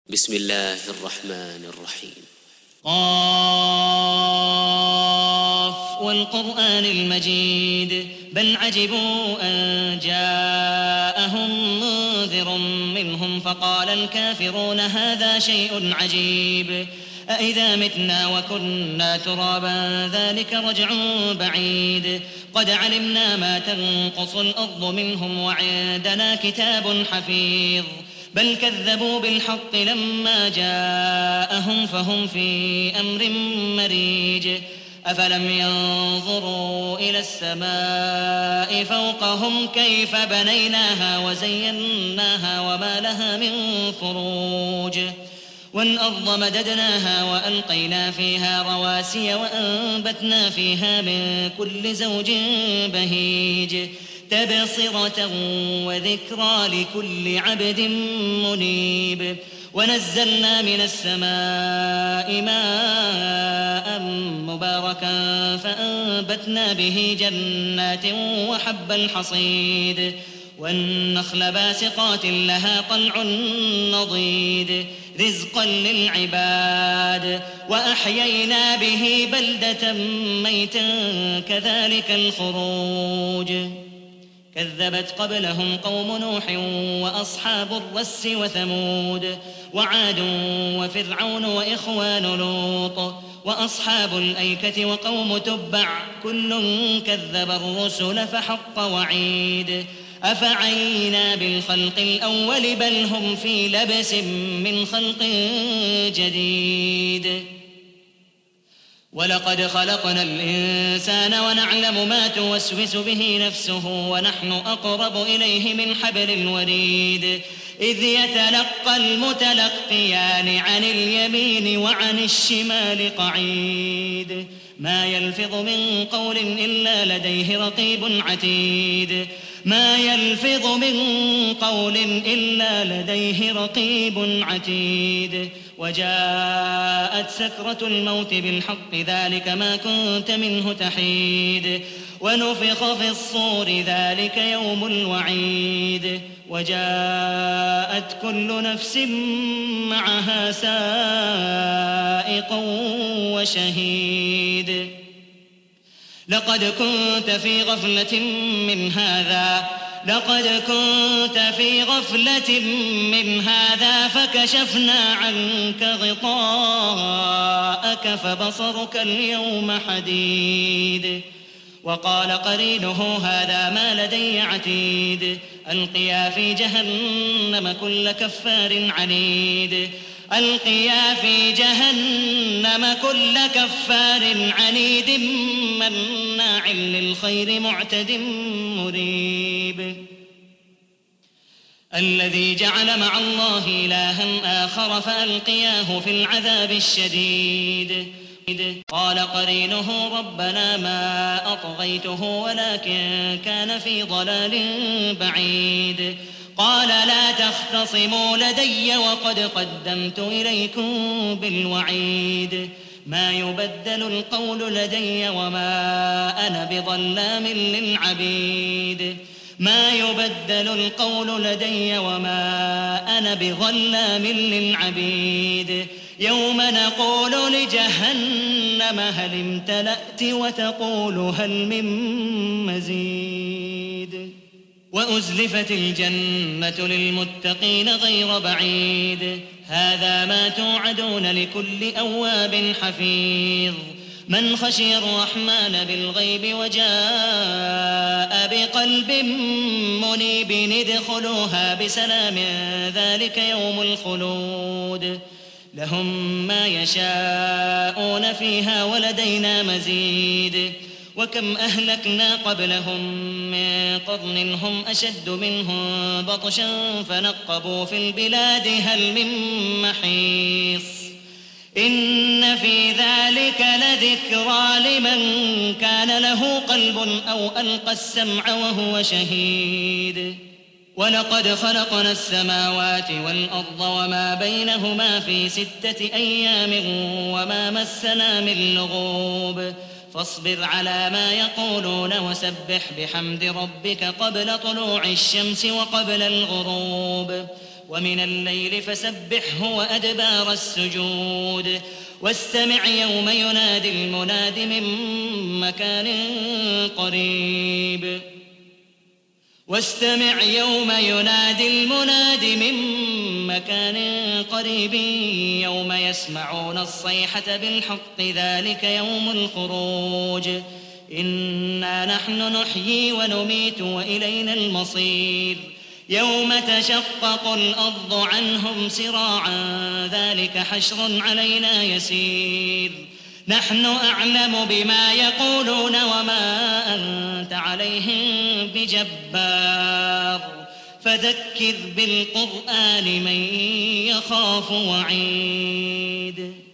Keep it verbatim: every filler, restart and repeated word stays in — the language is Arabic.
بسم الله الرحمن الرحيم. قاف والقرآن المجيد بل عجبوا أن جاءهم منذر منهم فقال الكافرون هذا شيء عجيب أإذا متنا وكنا ترابا ذلك رجع بعيد قد علمنا ما تنقص الأرض منهم وعندنا كتاب حفيظ بل كذبوا بالحق لما جاءهم فهم في أمر مريج أفلم ينظروا إلى السماء فوقهم كيف بنيناها وزيناها وما لها من فروج والأرض مددناها وألقينا فيها رواسي وأنبتنا فيها من كل زوج بهيج تبصرة وذكرى لكل عبد منيب ونزلنا من السماء ماء مباركا فأنبتنا به جنات وحب الحصيد والنخل باسقات لها طلع نضيد رزقا للعباد وأحيينا به بلدة ميتا كذلك الخروج كذبت قبلهم قوم نوح وأصحاب الرس وثمود وعاد وفرعون وإخوان لوط وأصحاب الأيكة وقوم تبع كل كذب الرسل فحق وعيد أفعينا بالخلق الأول بل هم في لبس من خلق جديد ولقد خلقنا الإنسان ونعلم ما توسوس به نفسه ونحن أقرب إليه من حبل الوريد إذ يتلقى المتلقيان عن اليمين وعن الشمال قعيد ما يلفظ من قول إلا لديه رقيب عتيد ما يلفظ من قول إلا لديه رقيب عتيد وجاءت سكرة الموت بالحق ذلك ما كنت منه تحيد ونفخ في الصور ذلك يوم الوعيد وجاءت كل نفس معها سائق وشهيد لقد كنت في غفلة من هذا لقد كنت في غفلة من هذا فكشفنا عنك غطاءك فبصرك اليوم حديد وقال قرينه هذا ما لدي عتيد ألقيا في جهنم كل كفار عنيد ألقيا في جهنم كل كفار عنيد مناع للخير معتد مريب الذي جعل مع الله إلها آخر فألقياه في العذاب الشديد قال قرينه ربنا ما أطغيته ولكن كان في ضلال بعيد قال لا تختصموا لدي وقد قدمت إليكم بالوعيد ما يبدل القول لدي وما أنا بظلام للعبيد ما يبدل القول لدي وما أنا بظلام للعبيد يوم نقول لجهنم هل امتلأت وتقول هل من مزيد وأزلفت الجنة للمتقين غير بعيد هذا ما توعدون لكل أواب حفيظ من خشي الرحمن بالغيب وجاء بقلب منيب ادخلوها بسلام ذلك يوم الخلود لهم ما يشاءون فيها ولدينا مزيد وكم أهلكنا قبلهم من قرن هم أشد منهم بطشا فنقبوا في البلاد هل من محيص إن في ذلك لذكرى لمن كان له قلب أو ألقى السمع وهو شهيد ولقد خلقنا السماوات والأرض وما بينهما في ستة أيام وما مسنا من لغوب فاصبر على ما يقولون وسبح بحمد ربك قبل طلوع الشمس وقبل الغروب ومن الليل فسبحه وأدبار السجود واستمع يوم ينادي المناد من مكان قريب واستمع يوم ينادي المناد من مكان قريب يوم يسمعون الصيحة بالحق ذلك يوم الخروج إنا نحن نحيي ونميت وإلينا المصير يوم تشقق الأرض عنهم سراعا ذلك حشر علينا يسير نحن أعلم بما يقولون وما أنت عليهم بجبار فذكر بالقرآن من يخاف وعيد